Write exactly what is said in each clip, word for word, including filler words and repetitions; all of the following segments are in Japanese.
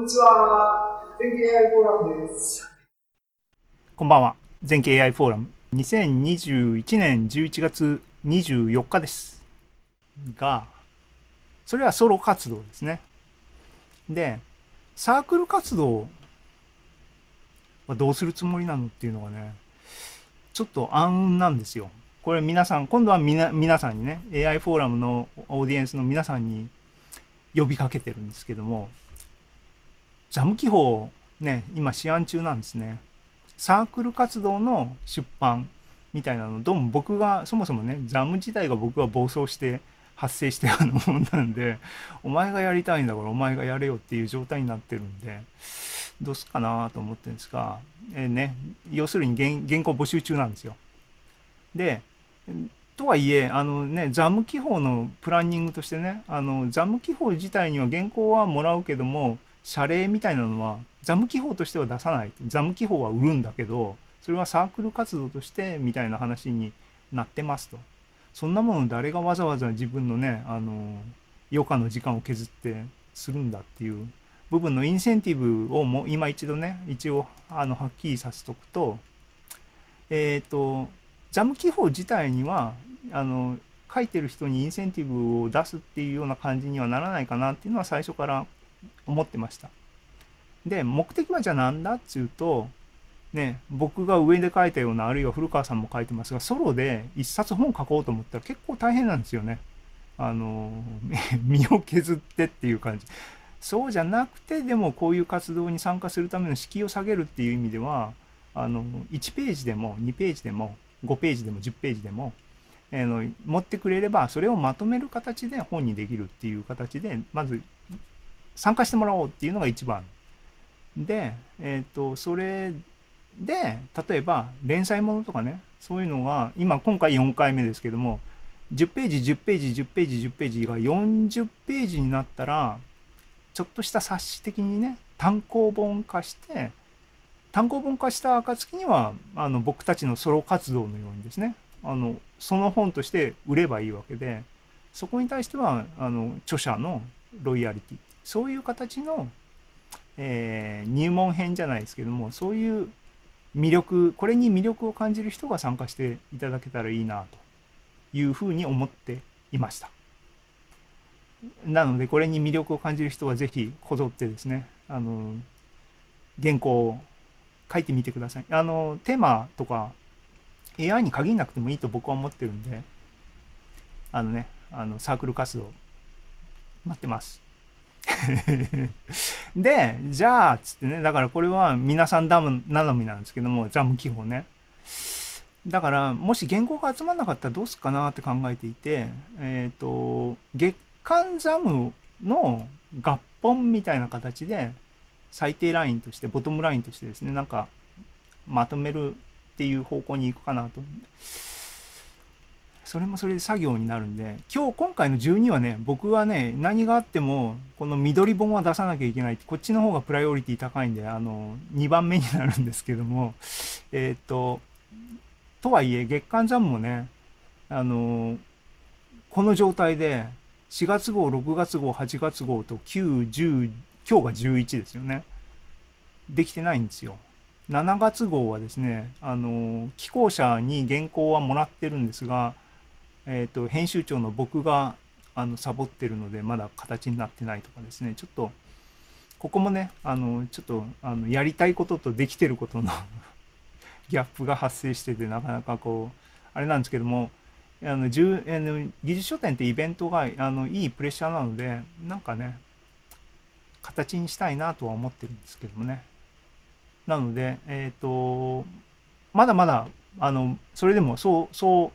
にちは。全景 エーアイ フォーラムです。 こんばんは。全景 エーアイ フォーラム。にせんにじゅういちねんじゅういちがつにじゅうよっかです。が、それはソロ活動ですね。で、サークル活動はどうするつもりなのっていうのがね、ちょっと暗雲なんですよ。これ皆さん、今度はみな皆さんにね、エーアイ フォーラムのオーディエンスの皆さんに呼びかけてるんですけども、ジャム記法ね、今試案中なんですね。サークル活動の出版みたいなの、どうも僕が、そもそもね、ザム自体が僕が暴走して発生してるものなんで、お前がやりたいんだからお前がやれよっていう状態になってるんで、どうすっかなと思ってるんですが、えー、ね、要するに原原稿募集中なんですよ。で、とはいえ、あのね、ザム記法のプランニングとしてね、あの、ザム記法自体には原稿はもらうけども、謝礼みたいなのは、ザム記法としては出さない。ザム記法は売るんだけど、それはサークル活動として、みたいな話になってますと。そんなもの誰がわざわざ自分のね、あの、余暇の時間を削ってするんだっていう部分のインセンティブをもう今一度ね、一応、あの、はっきりさせておくと、えっ、と、ジャム記法自体には、あの、書いてる人にインセンティブを出すっていうような感じにはならないかなっていうのは最初から思ってました。で、目的はじゃあなんだっつうと、ね、僕が上で書いたような、あるいは古川さんも書いてますが、ソロで一冊本書こうと思ったら結構大変なんですよね。あの、身を削ってっていう感じ。そうじゃなくて、でもこういう活動に参加するための敷居を下げるっていう意味では、あの、いちページでもにページでもごページでもじゅっページでも、えー、の持ってくれれば、それをまとめる形で本にできるっていう形で、まず参加してもらおうっていうのが一番。で、えっ、と、それで、例えば連載ものとかね、そういうのが、今今回よんかいめですけども、じゅっページ、じゅっページ、じゅっページ、じゅっページがよんじゅっページになったら、ちょっとした冊子的にね、単行本化して、単行本化した暁には、あの、僕たちのソロ活動のようにですね、あの、その本として売ればいいわけで、そこに対しては、あの、著者のロイヤリティ、そういう形の、えー入門編じゃないですけども、そういう魅力、これに魅力を感じる人が参加していただけたらいいな、というふうに思っていました。なので、これに魅力を感じる人はぜひこぞってですね、あの、原稿を書いてみてください。あの、テーマとか エーアイ に限らなくてもいいと僕は思ってるんで、あのね、あの、サークル活動待ってます。で、じゃあ、つってね、だからこれは皆さん頼みなんですけども、ザム記法ね。だから、もし原稿が集まんなかったらどうすっかなって考えていて、えっ、と、月間ザムの合本みたいな形で、最低ラインとして、ボトムラインとしてですね、なんか、まとめるっていう方向に行くかなと。それもそれで作業になるんで、今日、今回のじゅうにはね、僕はね、何があっても、この緑本は出さなきゃいけないって、こっちの方がプライオリティ高いんで、あの、にばんめになるんですけども、えっ、と、とはいえ、月刊ジャムもね、あの、この状態で、しがつ号、ろくがつ号、はちがつ号ときゅう、じゅう、今日がじゅういちですよね。できてないんですよ。しちがつ号はですね、あの、寄稿者に原稿はもらってるんですが、えっ、と、編集長の僕が、あの、サボってるので、まだ形になってないとかですね、ちょっと、ここもね、あの、ちょっと、あの、やりたいこととできてることのギャップが発生してて、なかなかこう、あれなんですけども、あの、じゅうあの技術書店ってイベントが、あの、いいプレッシャーなので、なんかね、形にしたいなとは思ってるんですけどもね。なので、えっ、と、まだまだ、あの、それでも、そう、そう、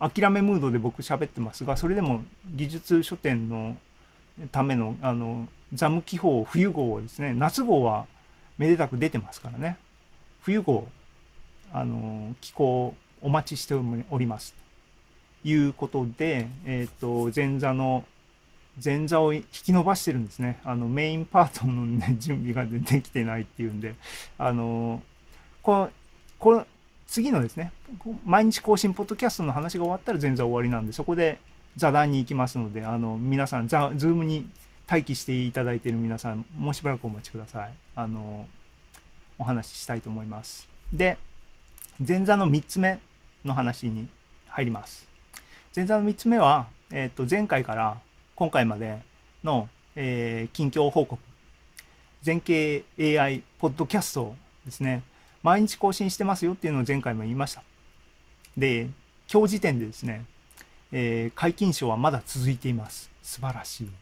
諦めムードで僕喋ってますが、それでも技術書店のための、あの、ザム記法冬号はですね、夏号はめでたく出てますからね。冬号、あの、寄稿お待ちしております。ということで、えっ、と、前座の、前座を引き伸ばしてるんですね。あの、メインパートの、ね、準備ができてないっていうんで、あの、この、この、次のですね、毎日更新ポッドキャストの話が終わったら前座終わりなんで、そこで座談に行きますので、あの、皆さん、ザ、ズームに待機していただいている皆さん、もうしばらくお待ちください。あの、お話ししたいと思います。で、前座のみっつめの話に入ります。前座のみっつめは、えっと、前回から今回までの、えー近況報告。全景 エーアイ ポッドキャストですね。毎日更新してますよっていうのを前回も言いました。で、今日時点でですね、えー解禁賞はまだ続いています。素晴らしい。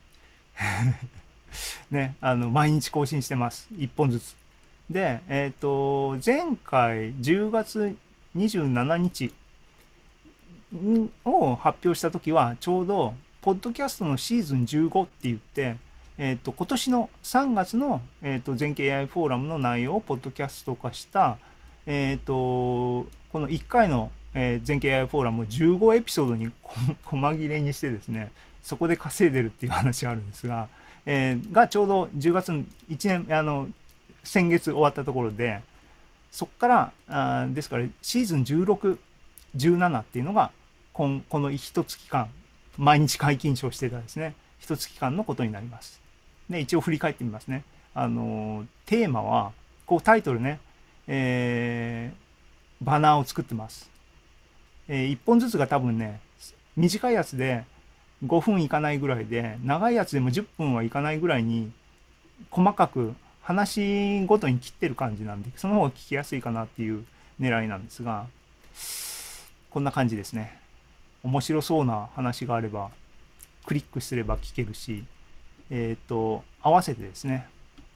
ね、あの、毎日更新してます。いっぽんずつ。で、えっと、前回じゅうがつにじゅうしちにちんを発表した時は、ちょうど、ポッドキャストのシーズンじゅうごって言って、えっと、今年のさんがつの、えっと、全景 エーアイ フォーラムの内容をポッドキャスト化した、えっと、このいっかいの、えー全景 エーアイ フォーラムをじゅうごエピソードにこ細切れにしてですね、そこで稼いでるっていう話があるんですが、えーがちょうどじゅうがつのいちねん、あの、先月終わったところで、そこから、あーですからシーズンじゅうろく、じゅうななっていうのが、こんこの一月間、毎日解禁賞してたですね、一月間のことになります。で、一応振り返ってみますね。あのーテーマは、こうタイトルね、えーバナーを作ってます。えー、いっぽんずつが多分ね、短いやつでごふんいかないぐらいで、長いやつでもじゅっぷんはいかないぐらいに、細かく話ごとに切ってる感じなんで、その方が聞きやすいかなっていう狙いなんですが、こんな感じですね。面白そうな話があれば、クリックすれば聞けるし、えっと、合わせてですね、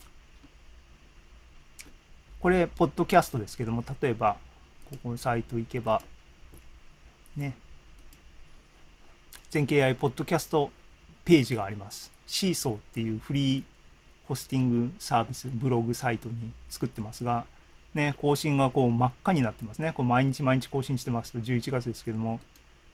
これ、ポッドキャストですけども、例えば、ここのサイト行けば、ね、全景 エーアイ ポッドキャストページがあります。シーソーっていうフリーホスティングサービス、ブログサイトに作ってますが、ね、更新がこう真っ赤になってますね。こう毎日毎日更新してますとじゅういちがつですけども、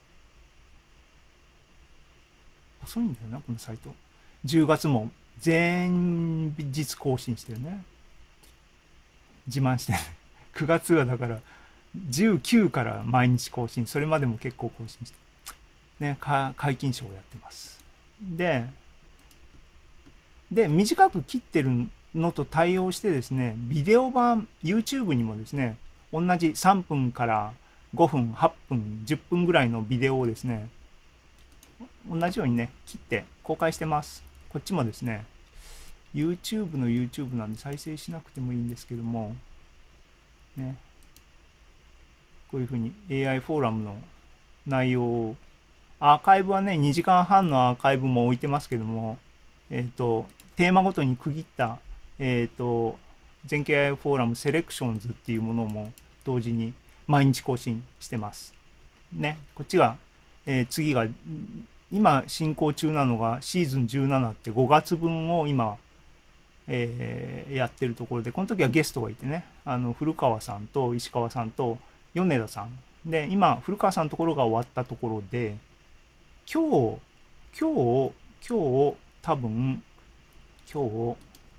遅いんだよな、このサイト。じゅうがつも前日更新してるね。自慢してる。くがつはだからじゅうくから毎日更新、それまでも結構更新して、ね、解禁賞をやってます。で、で、短く切ってるのと対応してですね、ビデオ版 YouTube にもですね、同じさんぷんからごふん、はっぷん、じゅっぷんぐらいのビデオをですね、同じようにね、切って公開してます。こっちもですね、YouTube の YouTube なんで再生しなくてもいいんですけども、ね、こういうふうに エーアイ フォーラムの内容を、アーカイブはね、にじかんはんのアーカイブも置いてますけども、えっと、テーマごとに区切った、えっと、全景 エーアイ フォーラムセレクションズっていうものも同時に毎日更新してます。ね、こっちが、えー次が、今進行中なのがシーズンじゅうななってごがつぶんを今、えーやってるところで、この時はゲストがいてね、あの、古川さんと石川さんと米田さん。で、今、古川さんのところが終わったところで、今日、今日、今日、多分、今日、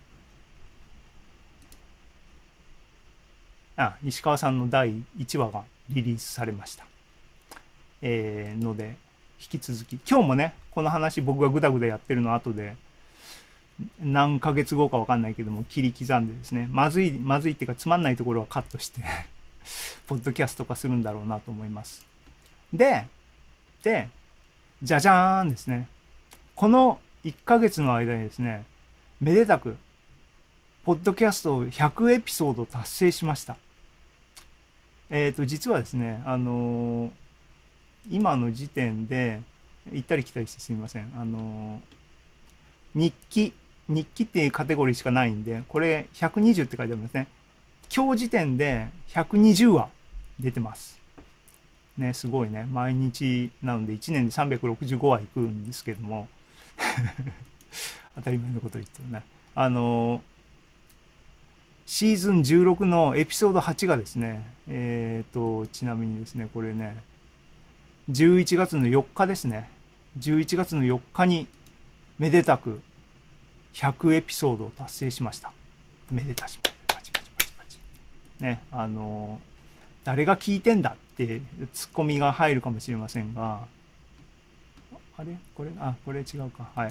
あ、石川さんのだいいちわがリリースされました。えー、ので、引き続き、今日もね、この話僕がグダグダやってるの後で、何ヶ月後かわかんないけども、切り刻んでですね、まずい、まずいっていうかつまんないところはカットしてポッドキャスト化するんだろうなと思います。で、で、じゃじゃーんですね。このいっかげつの間にですね、めでたく、ポッドキャストひゃくエピソード達成しました。えっ、と、実はですね、あのー今の時点で、行ったり来たりしてすみません。あのー日記、日記っていうカテゴリーしかないんで、これひゃくにじゅうって書いてありますね。今日時点でひゃくにじゅうわ出てます。ね、すごいね。毎日なのでいちねんでさんびゃくろくじゅうごわいくんですけども、当たり前のこと言ってるね。あのーシーズンじゅうろくのエピソードはちがですね、えっ、と、ちなみにですね、これね、じゅういちがつのよっかですね。じゅういちがつのよっかにめでたくひゃくエピソードを達成しました。めでたし、パチパチパチパチ。ね、あのー誰が聞いてんだってツッコミが入るかもしれませんが、あれこれ、あ、これ違うか。はい。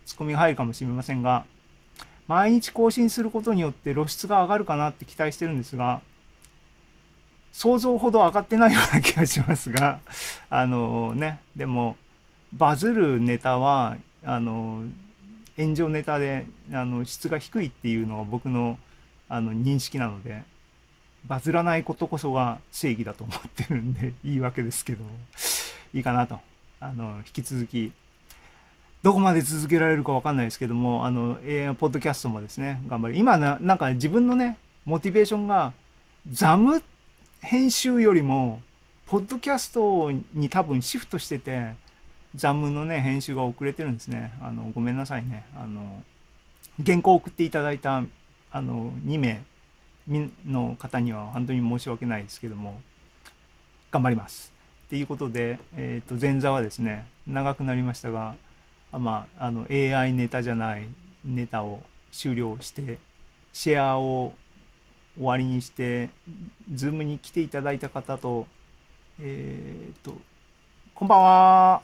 ツッコミが入るかもしれませんが、毎日更新することによって露出が上がるかなって期待してるんですが、想像ほど上がってないような気がしますが、あのね、でも、バズるネタは、あの、炎上ネタで、あの、質が低いっていうのが僕の、あの、認識なので、バズらないことこそが正義だと思ってるんで、いいわけですけど、いいかなと。あの、引き続き、どこまで続けられるかわかんないですけども、あの、えーポッドキャストもですね、頑張る。今な、なんか自分のね、モチベーションが、ザム編集よりも、ポッドキャストに多分シフトしてて、ザムのね、編集が遅れてるんですね。あの、ごめんなさいね。あの、原稿を送っていただいた、あの、に名の方には本当に申し訳ないですけども、頑張ります。っていうことで、えっと、前座はですね、長くなりましたが、あまあ、あの、エーアイ ネタじゃないネタを終了して、シェアを終わりにして、ズームに来ていただいた方と、えっと、こんばんは。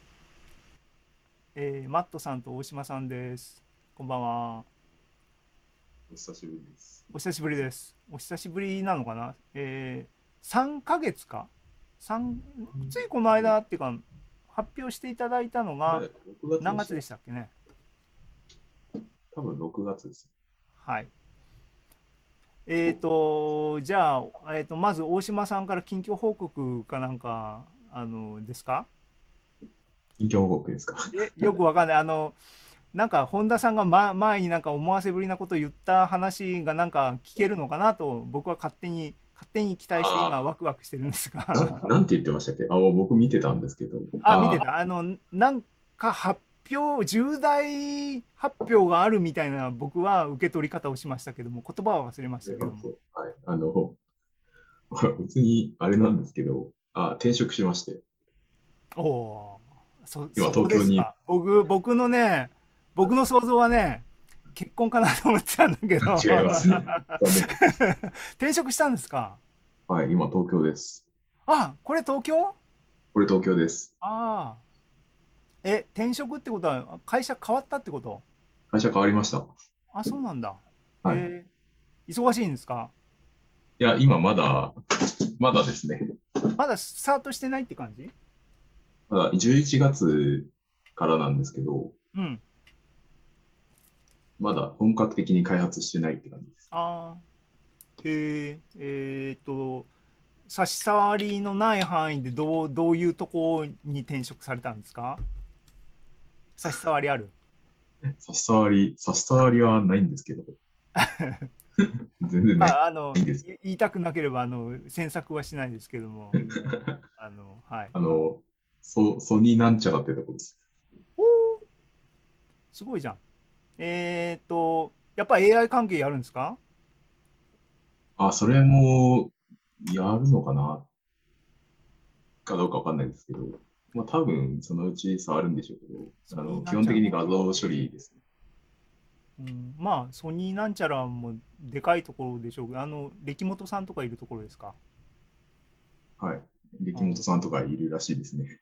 えーマットさんと大島さんです。こんばんは。 お久しぶりです。 お久しぶりです。お久しぶりなのかな。えー、さんかげつか三ついこの間っていうか、発表していただいたのがあれ、ろくがつ何月でしでしたっけね。 た。多分ろくがつです。 はい。えっと、じゃあ、えっと、まず大島さんから近況報告かなんか、あの、ですか。 近況報告ですか。 え、よくわかんない。あの、なんか本田さんが、ま、前になんか思わせぶりなことを言った話がなんか聞けるのかなと僕は勝手に勝手に期待して今あワクワクしてるんですあ、な、 が。 なんて言ってましたっけ。あ、僕見てたんですけど。 あ、見てあた。あのなんか発表重大発表があるみたいな僕は受け取り方をしましたけども、言葉は忘れましあ、 たけども。 そう。はい。あの、別にあれなんですけど、あ、転職しまして、 おおー、そ今そこ東京に、 ですか。僕僕のね僕の想像はね結婚かなと思ってたんだけど。 違いますね。残念です。 転職したんですか。 はい、今東京です。 あ、これ東京。 これ東京です。 ああ。え、転職ってことは会社変わったってこと。 会社変わりました。 あ、そうなんだ。 はい。 えー、忙しいんですか。 いや、今まだ、まだですね。 まだスタートしてないって感じ。 まだじゅういちがつからなんですけど、 うん。 まだ本格的に開発してないって感じです。 ああ。へえ、えーっと、差し障りのない範囲でどう、どういうとこに転職されたんですか。差し障りある。 差し障り、差し障りはないんですけど、全然ないまあ、あの、 んですけい言いたくなければ、あの、詮索はしないですけども、 ど、 あの、はい。 あの、ソ、ソニーなんちゃらってとこです。 おー、すごいじゃん。えーっと、やっぱ エーアイ 関係やるんですか。 あ、それもやるのかなかどうかわかんないですけど、まあ多分そのうち触るんでしょうけソど、あの、基ニーなんちゃら。 本的に画像処理ですね。 うん、まあ、ソニーなんちゃらもでかいところでしょうけど、あの、歴本さんとかいるところですか。 はい。 うん、 歴本さんとかいるらしいですね。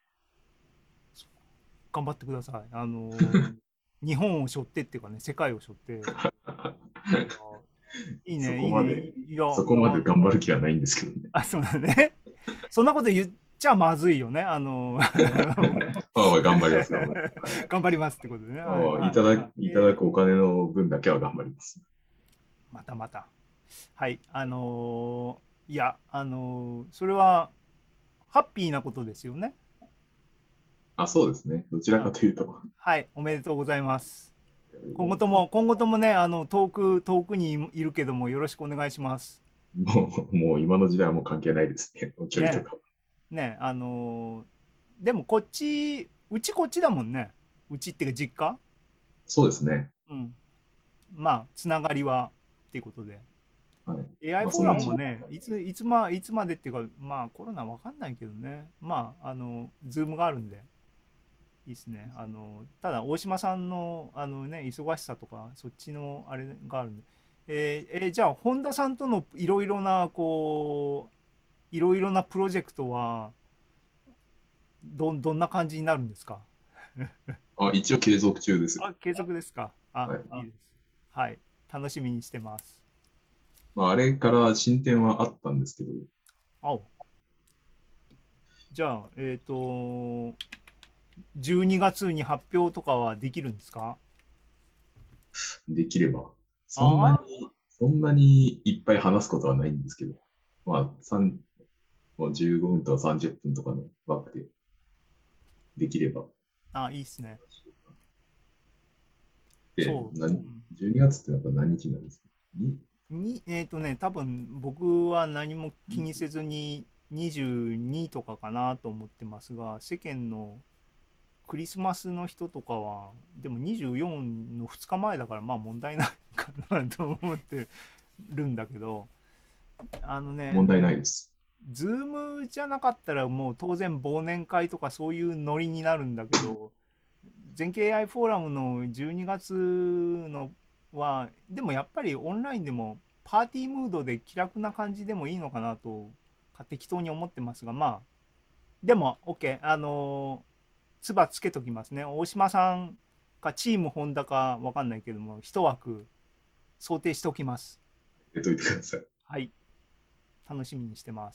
頑張ってください。あの、日本を背負ってっていうかね、世界を背負って。いや、いいそね、いいね。 こまで、 いいや、 そこまあの、 で頑張る気はないんですけどね。 あ、そうだね。そんなこと言っちゃまずいよね。あの、 まあまあ頑張ります、頑張ります。はい。 頑張りますってことでね。はいまあ、いはい。 ただ、いただえーくお金の分だけは頑張ります。 またまた。はい。あのーいや、あのーそれは、ハッピーなことですよね。 あ、そうですね。どちらかというと、 はい、おめでとうございます。今後とも、今後ともね、あの、遠く、遠くにいるけども、よろしくお願いします。 もう、もう今の時代はもう関係ないですね。距離とね、 か。 ね、あのーでもこっち、うちこっちだもんね。うちっていうか実家。 そうですね。 うん。まあ、つながりは、っていうことで。 はい。 エーアイまあ、 フォーラそのうち、 ムもね、いつ、いつま、いつまでっていうか、まあ、コロナわかんないけどね。まあ、あの、ズームがあるんで、いいですね。あの、ただ、大島さんの、あのね、忙しさとか、そっちのあれがあるんで。えーえーじゃあ、本田さんとのいろいろな、こう、いろいろなプロジェクトは、どん、どんな感じになるんですか。 あ、一応継続中です。 あ、継続ですか。あ、 はい。 いいです。はい。楽しみにしてます。 まあ、あれから進展はあったんですけど、 あお。じゃあ、えっと、じゅうにがつに発表とかはできるんですか？ できれば。そんなに、 あそんなにいっぱい話すことはないんですけど、まあ、三もうじゅうごふんとかさんじゅっぷんとかのバックでできれば。 あ、あ、いいっすね。 で、 そ何、 う。うんじゅうにがつってなんか何日なんですか？にに、えっとね、多分僕は何も気にせずににじゅうにとかかなと思ってますが、世間のクリスマスの人とかは、でもにじゅうよっかのふつかまえだからまあ問題ないかなと思ってるんだけど、あのね、 問題ないです。 ズームじゃなかったらもう当然忘年会とかそういうノリになるんだけど、全景 エーアイ フォーラムのじゅうにがつのは、でもやっぱりオンラインでもパーティームードで気楽な感じでもいいのかなと適当に思ってますが、まあ、でも OK、あのー、つばつけときますね。大島さんかチームホンダかわかんないけども、一枠想定しておきます。 入れといてください。 はい、楽しみにしてます。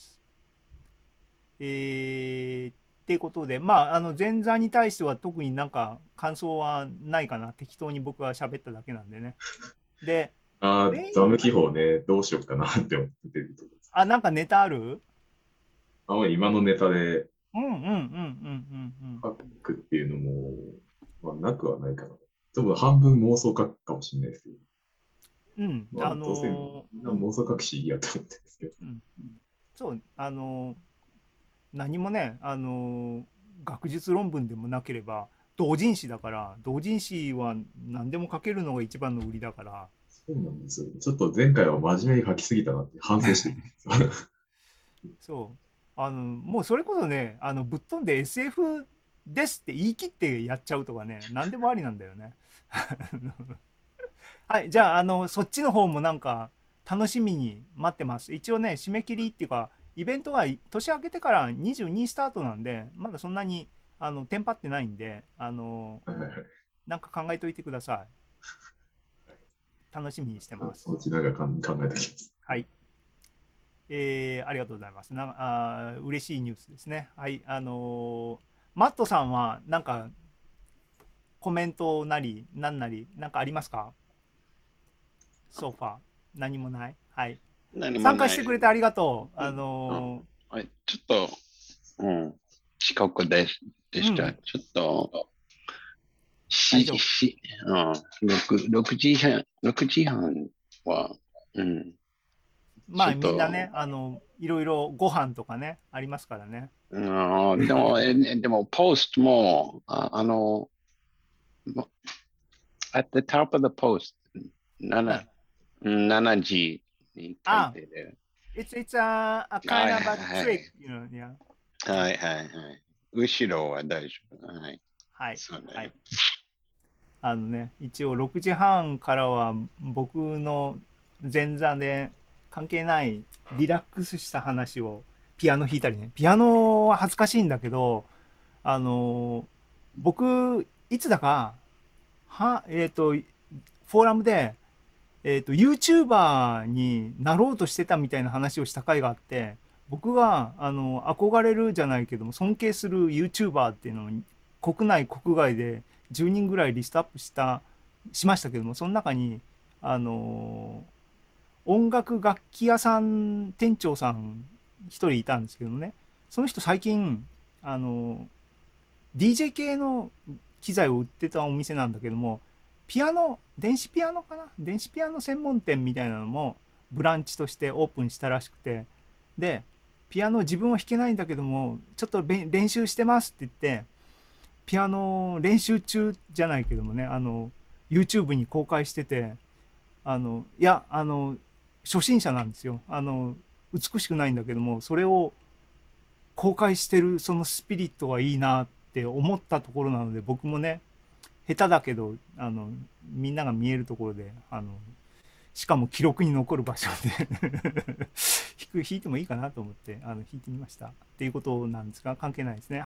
えー、ってことで、まあ、あの前座に対しては特になんか感想はないかな。適当に僕は喋っただけなんでね。で、 あー、 メイン、 ザム記法ね、どうしようかなって思ってるところです。 あ、なんかネタある？ あんまり今のネタでうんうんうんうんうん書くっていうのも、まあ、なくはないかな。ちょっと半分妄想書くかもしれないですけど、 うん。うん、 まあ、 あどうせみのんなーうん、 妄想書くしいいやと思ってるんですけど。 うん。そう、あのー何もね、あのー学術論文でもなければ、同人誌だから、同人誌は何でも書けるのが一番の売りだから、 そうなんですよ。ちょっと前回は真面目に書きすぎたなって反省してるんですよ。 そう。あの、もうそれこそね、あの、ぶっ飛んで エスエフ ですって言い切ってやっちゃうとかね、何でもありなんだよね。はい、じゃあ、あの、そっちの方もなんか、楽しみに待ってます。一応ね、締め切りっていうか、イベントは年明けてからにじゅうにスタートなんで、まだそんなに、あの、テンパってないんで、あの、 はいはいはい。 なんか考えといてください。楽しみにしてます。 そのうちなんか考えておきます。 はい。えー、ありがとうございます。なあー、嬉しいニュースですね。はい。あのーマットさんは、なんか、コメントなり、なんなり、なんかありますか？ソファー。何もない。はい。 何も参加ない。 してくれてありがとう。あうん。あ、 のはい。ちょっと、うん。遅刻でしでーうした。 ん、 ちょっと、し、 大丈夫。 し、うん。6、6時半、ろくじはんは、うん。 まあ、 ちょっみんなね、 と、 あの、いろいろご飯とかね、ありますからね。 うん、でも、えでも、ポストも、あ、あの、at the top of the post、7、 はい。 ななじに書いあ、 てる。 it's, it's a, a はい kind of a はい trick, you know, yeah. はいはいはい。後ろは大丈夫。はい。 はい。 そうね。 はい。あのね、一応ろくじはんからは僕の前座で関係ないリラックスした話をピアノ弾いたりね。ピアノは恥ずかしいんだけど、あの、僕、いつだか、は、えっと、フォーラムで、えっと、YouTuber になろうとしてたみたいな話をした回があって、僕が、あの、憧れるじゃないけども、尊敬する YouTuber っていうのを国内、国外でじゅうにんぐらいリストアップした、しましたけども、その中に、あの、音楽楽器屋さん店長さん一人いたんですけどもね、その人最近、あの、ディージェー 系の機材を売ってたお店なんだけども、ピアノ、電子ピアノかな電子ピアノ専門店みたいなのもブランチとしてオープンしたらしくて、で、ピアノ自分は弾けないんだけども、ちょっと練習してますって言って、ピアノ練習中じゃないけどもね、あの、YouTube に公開してて、あの、いや、あの、初心者なんですよ。あの、美しくないんだけども、それを公開してるそのスピリットはいいなって思ったところなので、僕もね、下手だけど、あの、みんなが見えるところで、あの、しかも記録に残る場所で弾く、弾いてもいいかなと思って、あの、弾いてみました。っていうことなんですが、関係ないですね。